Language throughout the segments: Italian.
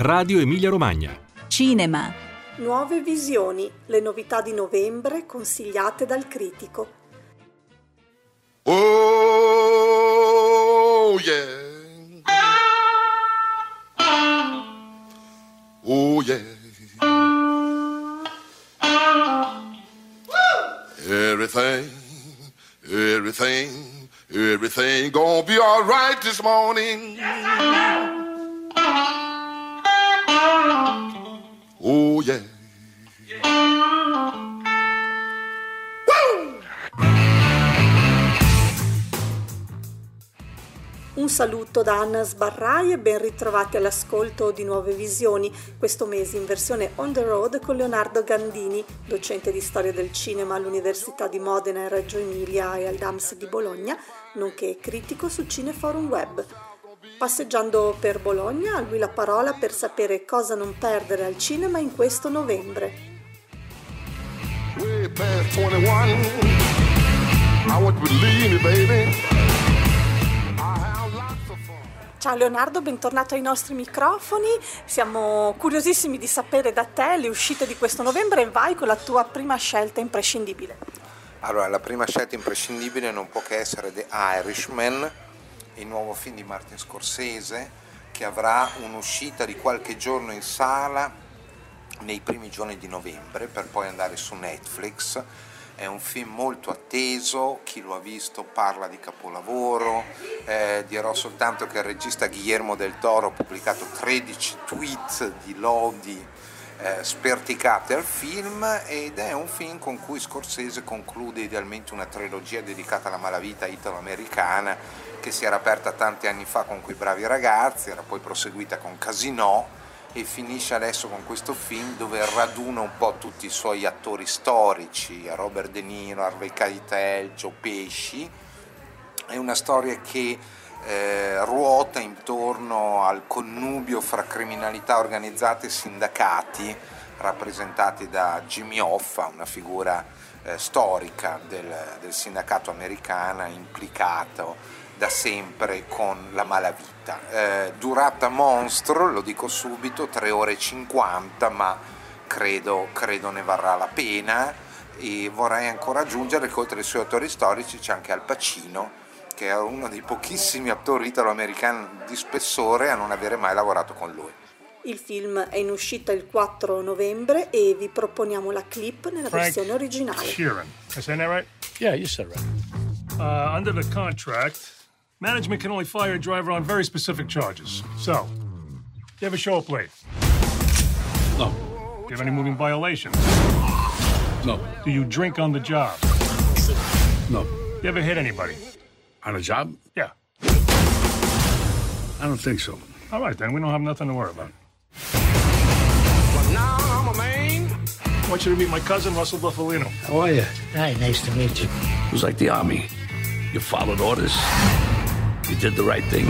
Radio Emilia Romagna. Cinema. Nuove visioni, le novità di novembre consigliate dal critico. Oh yeah. Oh yeah. Everything gonna be all right this morning. Oh yeah. Un saluto da Anna Sbarrai e ben ritrovati all'ascolto di Nuove Visioni, questo mese in versione on the road con Leonardo Gandini, docente di storia del cinema all'Università di Modena e Reggio Emilia e al DAMS di Bologna, nonché critico su Cineforum Web. Passeggiando per Bologna, a lui la parola per sapere cosa non perdere al cinema in questo novembre. Way past 21. I want you to believe me, baby. Ciao Leonardo, bentornato ai nostri microfoni. Siamo curiosissimi di sapere da te le uscite di questo novembre e vai con la tua prima scelta imprescindibile. Allora, la prima scelta imprescindibile non può che essere The Irishman, il nuovo film di Martin Scorsese, che avrà un'uscita di qualche giorno in sala nei primi giorni di novembre per poi andare su Netflix. È un film molto atteso, chi lo ha visto parla di capolavoro, dirò soltanto che il regista Guillermo del Toro ha pubblicato 13 tweet di lodi sperticate al film, ed è un film con cui Scorsese conclude idealmente una trilogia dedicata alla malavita italo-americana che si era aperta tanti anni fa con Quei bravi ragazzi, era poi proseguita con Casino e finisce adesso con questo film dove raduna un po' tutti i suoi attori storici, Robert De Niro, Harvey Keitel, Joe Pesci. È una storia che ruota intorno al connubio fra criminalità organizzata e sindacati, rappresentati da Jimmy Hoffa, una figura storica del sindacato americano, implicato da sempre con la malavita. Durata mostro, lo dico subito, 3 ore e 50, ma credo ne varrà la pena. E vorrei ancora aggiungere che oltre ai suoi attori storici c'è anche Al Pacino, che è uno dei pochissimi attori italo-americani di spessore a non avere mai lavorato con lui. Il film è in uscita il 4 novembre e vi proponiamo la clip nella versione originale. Sheeran. Am I saying that right? Yeah, you said right. Under the contract, management can only fire a driver on very specific charges. So, you ever show up late? No. Do you have any moving violations? No. Do you drink on the job? No. You ever hit anybody? On a job? Yeah. I don't think so. All right, then. We don't have nothing to worry about. But now I'm a man. I want you to meet my cousin, Russell Buffalino. How are you? Hi, nice to meet you. It was like the army. You followed orders. You did the right thing.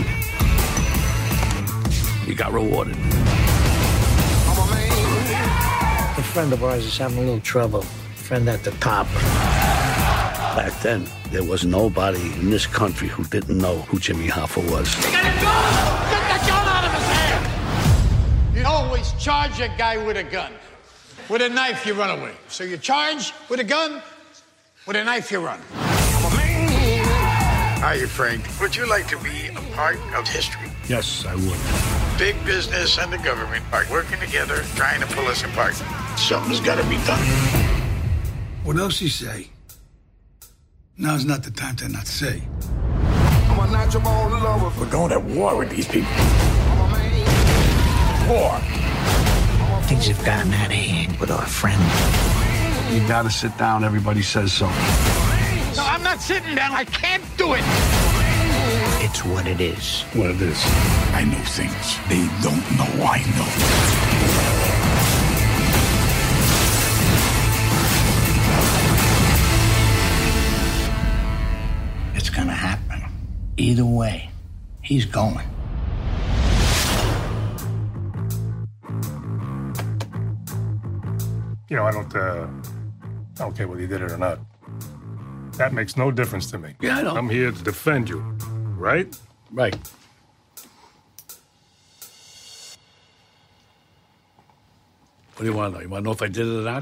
You got rewarded. I'm a man. A friend of ours is having a little trouble. Friend at the top. Back then, there was nobody in this country who didn't know who Jimmy Hoffa was. You got a gun! Get the gun out of his hand! You always charge a guy with a gun. With a knife, you run away. So you charge with a gun, with a knife, you run. I'm a man. Hi, Frank. Would you like to be a part of history? Yes, I would. Big business and the government are working together, trying to pull us apart. Something's got to be done. What else you say? Now's not the time to not say. I'm a natural born lover. We're going to war with these people. I'm a man. War. Things have gotten out of hand with our friend. You gotta sit down, everybody says so. No, I'm not sitting down. I can't do it. It's what it is. What it is. I know things they don't know I know. It's gonna happen. Either way, he's going. You know, I don't care whether you did it or not. That makes no difference to me. Yeah, I know. I'm here to defend you, right? Right. What do you want to know? You want to know if I did it or not?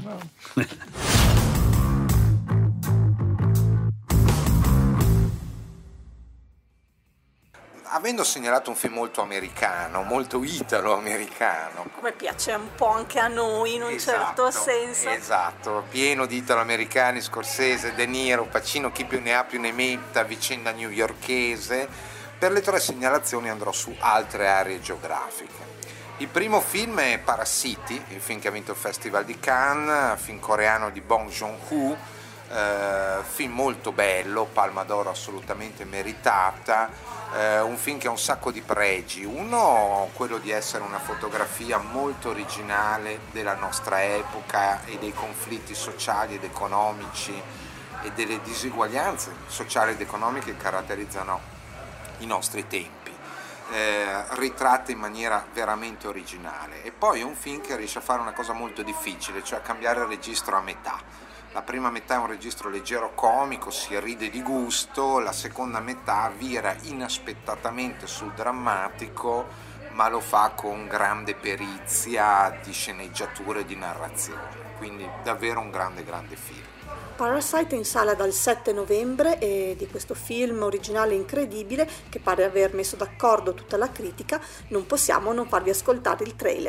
Avendo segnalato un film molto americano, molto italo-americano. Come piace un po' anche a noi in un certo senso. Esatto, pieno di italo-americani, Scorsese, De Niro, Pacino, chi più ne ha più ne metta, vicenda newyorkese. Per le 3 segnalazioni andrò su altre aree geografiche. Il primo film è Parassiti, il film che ha vinto il Festival di Cannes, film coreano di Bong Joon-ho, film molto bello, Palma d'Oro assolutamente meritata. Un film che ha un sacco di pregi, uno quello di essere una fotografia molto originale della nostra epoca e dei conflitti sociali ed economici e delle diseguaglianze sociali ed economiche che caratterizzano i nostri tempi, ritratte in maniera veramente originale. E poi è un film che riesce a fare una cosa molto difficile, cioè a cambiare il registro a metà. La prima metà è un registro leggero comico, si ride di gusto, la seconda metà vira inaspettatamente sul drammatico, ma lo fa con grande perizia di sceneggiatura e di narrazione, quindi davvero un grande film. Parasite è in sala dal 7 novembre e di questo film originale incredibile, che pare aver messo d'accordo tutta la critica, non possiamo non farvi ascoltare il trailer.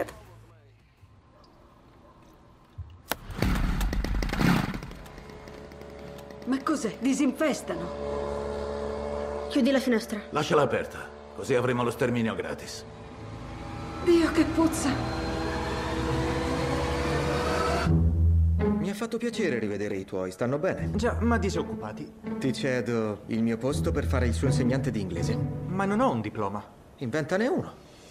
Ma cos'è? Disinfestano. Chiudi la finestra. Lasciala aperta, così avremo lo sterminio gratis. Dio, che puzza! Mi ha fatto piacere rivedere i tuoi, stanno bene? Già, ma disoccupati. Ti cedo il mio posto per fare il suo insegnante di inglese. Ma non ho un diploma. Inventane uno.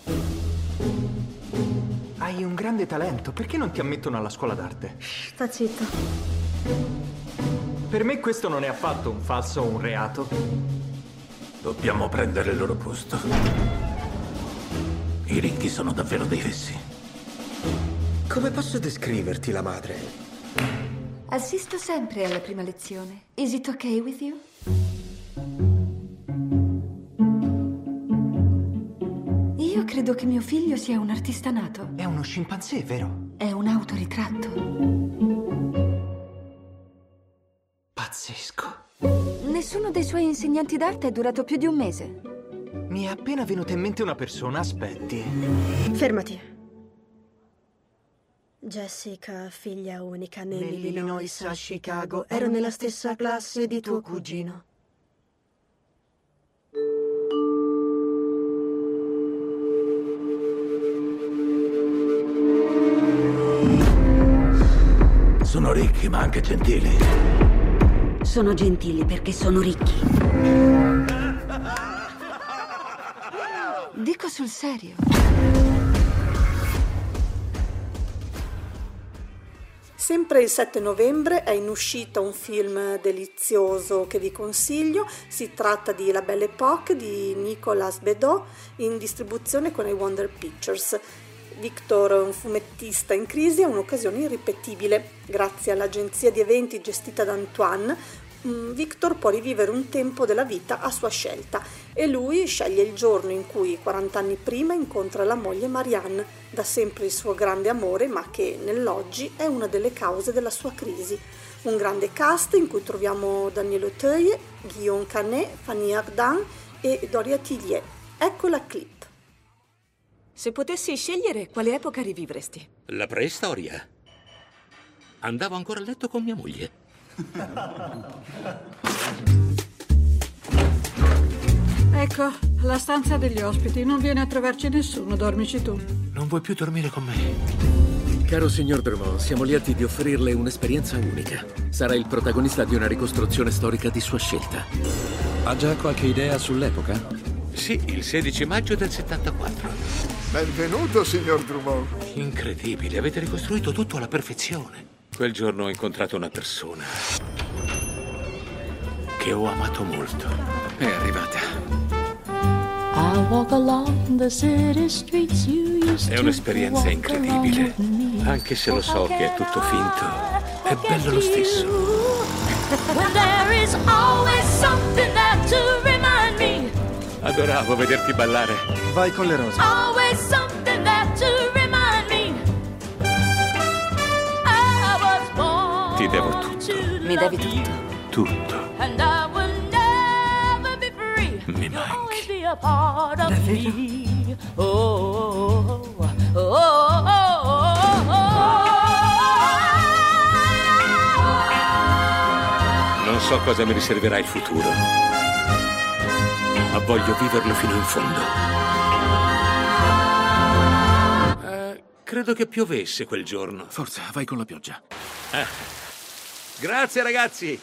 Hai un grande talento, perché non ti ammettono alla scuola d'arte? Sta zitto. Per me questo non è affatto un falso o un reato. Dobbiamo prendere il loro posto. I ricchi sono davvero dei fessi. Come posso descriverti la madre? Assisto sempre alla prima lezione. Is it okay with you? Io credo che mio figlio sia un artista nato. È uno scimpanzé, vero? È un autoritratto. Pazzesco. Nessuno dei suoi insegnanti d'arte è durato più di un mese. Mi è appena venuta in mente una persona, aspetti. Fermati. Jessica, figlia unica nell'Illinois a Chicago, ero nella stessa classe di tuo cugino. Sono ricchi, ma anche gentili. Sono gentili perché sono ricchi. Dico sul serio. Sempre il 7 novembre è in uscita un film delizioso che vi consiglio. Si tratta di La Belle Époque di Nicolas Bedos, in distribuzione con i Wonder Pictures. Victor, un fumettista in crisi, ha un'occasione irripetibile. Grazie all'agenzia di eventi gestita da Antoine, Victor può rivivere un tempo della vita a sua scelta e lui sceglie il giorno in cui 40 anni prima incontra la moglie Marianne, da sempre il suo grande amore, ma che nell'oggi è una delle cause della sua crisi. Un grande cast in cui troviamo Daniel Auteuil, Guillaume Canet, Fanny Ardant e Doria Tillier. Ecco la clip. Se potessi scegliere, quale epoca rivivresti? La preistoria. Andavo ancora a letto con mia moglie. Ecco, la stanza degli ospiti. Non viene a trovarci nessuno, dormici tu. Non vuoi più dormire con me? Caro signor Drummond, siamo lieti di offrirle un'esperienza unica. Sarà il protagonista di una ricostruzione storica di sua scelta. Ha già qualche idea sull'epoca? Sì, il 16 maggio del 74. Benvenuto, signor Drummond. Incredibile, avete ricostruito tutto alla perfezione. Quel giorno ho incontrato una persona che ho amato molto. È arrivata. È un'esperienza incredibile. Anche se lo so che è tutto finto, è bello lo stesso. Adoravo vederti ballare. Vai con le rose. Ti devo tutto. Mi devi tutto? Tutto. Mi manchi. Non so cosa mi riserverà il futuro, ma voglio viverlo fino in fondo. Credo che piovesse quel giorno. Forza, vai con la pioggia. Grazie, ragazzi.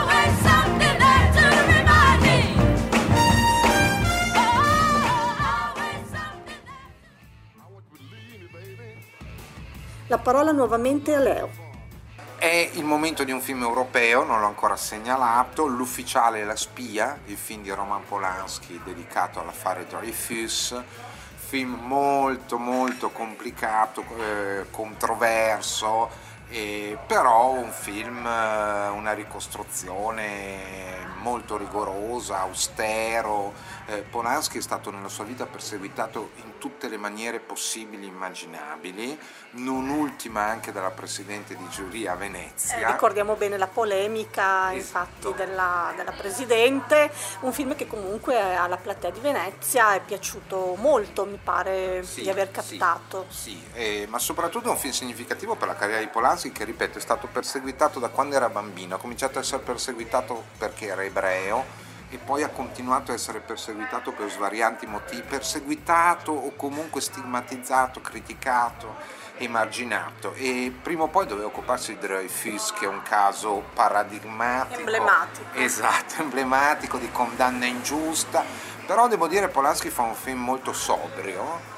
La parola nuovamente a Leo. È il momento di un film europeo, non l'ho ancora segnalato, L'ufficiale e la spia, il film di Roman Polanski dedicato all'affare Dreyfus, film molto molto complicato, controverso, però un film, una ricostruzione molto rigorosa, austero. Polanski è stato nella sua vita perseguitato in tutte le maniere possibili e immaginabili, non ultima anche dalla presidente di giuria a Venezia. Ricordiamo bene la polemica, infatti, della presidente, un film che comunque alla platea di Venezia è piaciuto molto, mi pare di aver captato. Ma soprattutto è un film significativo per la carriera di Polanski, che, ripeto, è stato perseguitato da quando era bambino, ha cominciato a essere perseguitato perché era ebreo e poi ha continuato a essere perseguitato per svariati motivi, perseguitato o comunque stigmatizzato, criticato, emarginato, e prima o poi doveva occuparsi di Dreyfus, che è un caso paradigmatico, emblematico di condanna ingiusta. Però devo dire Polanski fa un film molto sobrio,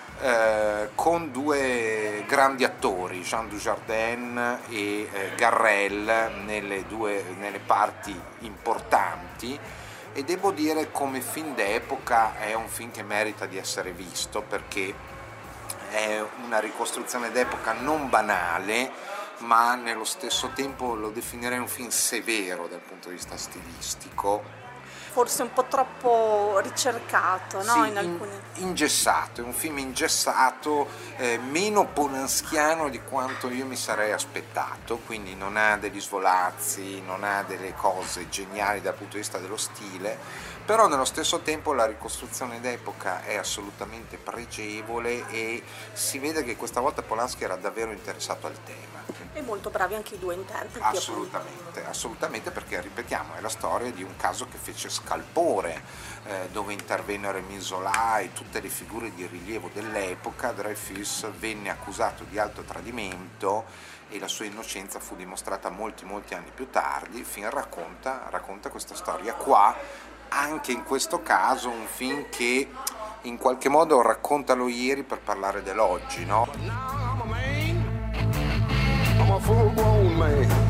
con due grandi attori, Jean Dujardin e Garrel nelle parti importanti, e devo dire come film d'epoca è un film che merita di essere visto, perché è una ricostruzione d'epoca non banale, ma nello stesso tempo lo definirei un film severo dal punto di vista stilistico. Forse un po' troppo ricercato, no? Ingessato, è un film ingessato, meno polanskiano di quanto io mi sarei aspettato, quindi non ha degli svolazzi, non ha delle cose geniali dal punto di vista dello stile, però nello stesso tempo la ricostruzione d'epoca è assolutamente pregevole e si vede che questa volta Polanski era davvero interessato al tema. E molto bravi anche i due interpreti. Assolutamente, perché ripetiamo, è la storia di un caso che fece scalpore, dove intervennero Émile Zola e tutte le figure di rilievo dell'epoca. Dreyfus venne accusato di alto tradimento e la sua innocenza fu dimostrata molti anni più tardi. Il film racconta questa storia qua, anche in questo caso un film che in qualche modo racconta lo ieri per parlare dell'oggi, no? I'm a full-grown man.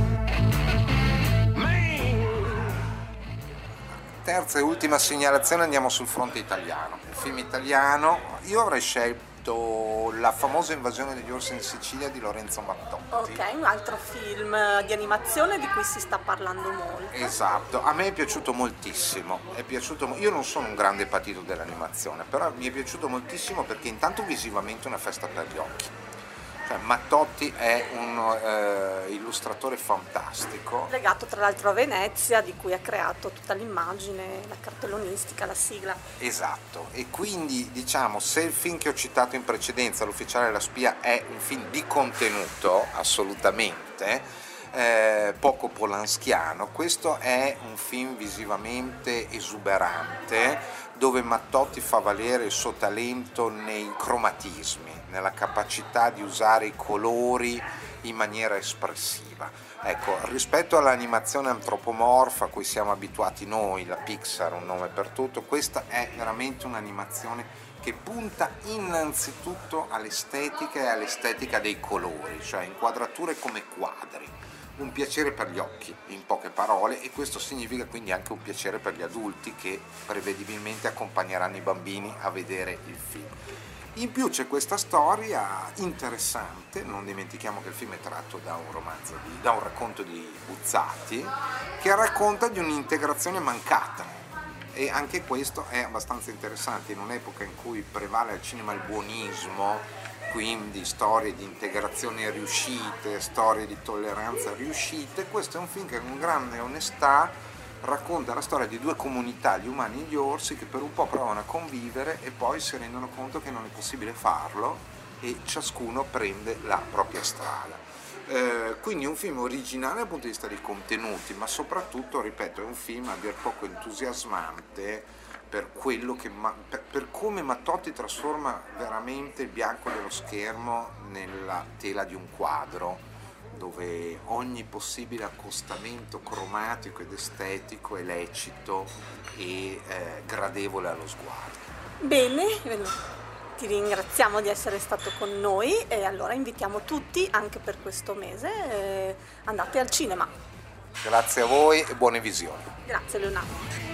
Terza e ultima segnalazione, andiamo sul fronte italiano. Il film italiano, io avrei scelto La famosa invasione degli orsi in Sicilia di Lorenzo Mattotti. Ok, un altro film di animazione di cui si sta parlando molto. Esatto, a me è piaciuto moltissimo, io non sono un grande patito dell'animazione, però mi è piaciuto moltissimo perché intanto visivamente è una festa per gli occhi. Cioè, Mattotti è un illustratore fantastico. Legato tra l'altro a Venezia, di cui ha creato tutta l'immagine, la cartellonistica, la sigla. Esatto, e quindi diciamo, se il film che ho citato in precedenza, L'ufficiale e la spia, è un film di contenuto, assolutamente, poco polanskiano, questo è un film visivamente esuberante, dove Mattotti fa valere il suo talento nei cromatismi, nella capacità di usare i colori in maniera espressiva. Ecco, rispetto all'animazione antropomorfa a cui siamo abituati noi, la Pixar, un nome per tutto, questa è veramente un'animazione che punta innanzitutto all'estetica e all'estetica dei colori, cioè inquadrature come quadri. Un piacere per gli occhi, in poche parole, e questo significa quindi anche un piacere per gli adulti che prevedibilmente accompagneranno i bambini a vedere il film. In più c'è questa storia interessante, non dimentichiamo che il film è tratto da un racconto di Buzzati, che racconta di un'integrazione mancata, e anche questo è abbastanza interessante in un'epoca in cui prevale al cinema il buonismo, quindi storie di integrazione riuscite, storie di tolleranza riuscite. Questo è un film che con grande onestà racconta la storia di due comunità, gli umani e gli orsi, che per un po' provano a convivere e poi si rendono conto che non è possibile farlo e ciascuno prende la propria strada. Quindi è un film originale dal punto di vista dei contenuti, ma soprattutto, ripeto, è un film a dir poco entusiasmante per quello che per come Mattotti trasforma veramente il bianco dello schermo nella tela di un quadro, dove ogni possibile accostamento cromatico ed estetico è lecito e gradevole allo sguardo. Bene, ti ringraziamo di essere stato con noi e allora invitiamo tutti, anche per questo mese, andate al cinema. Grazie a voi e buone visioni. Grazie Leonardo.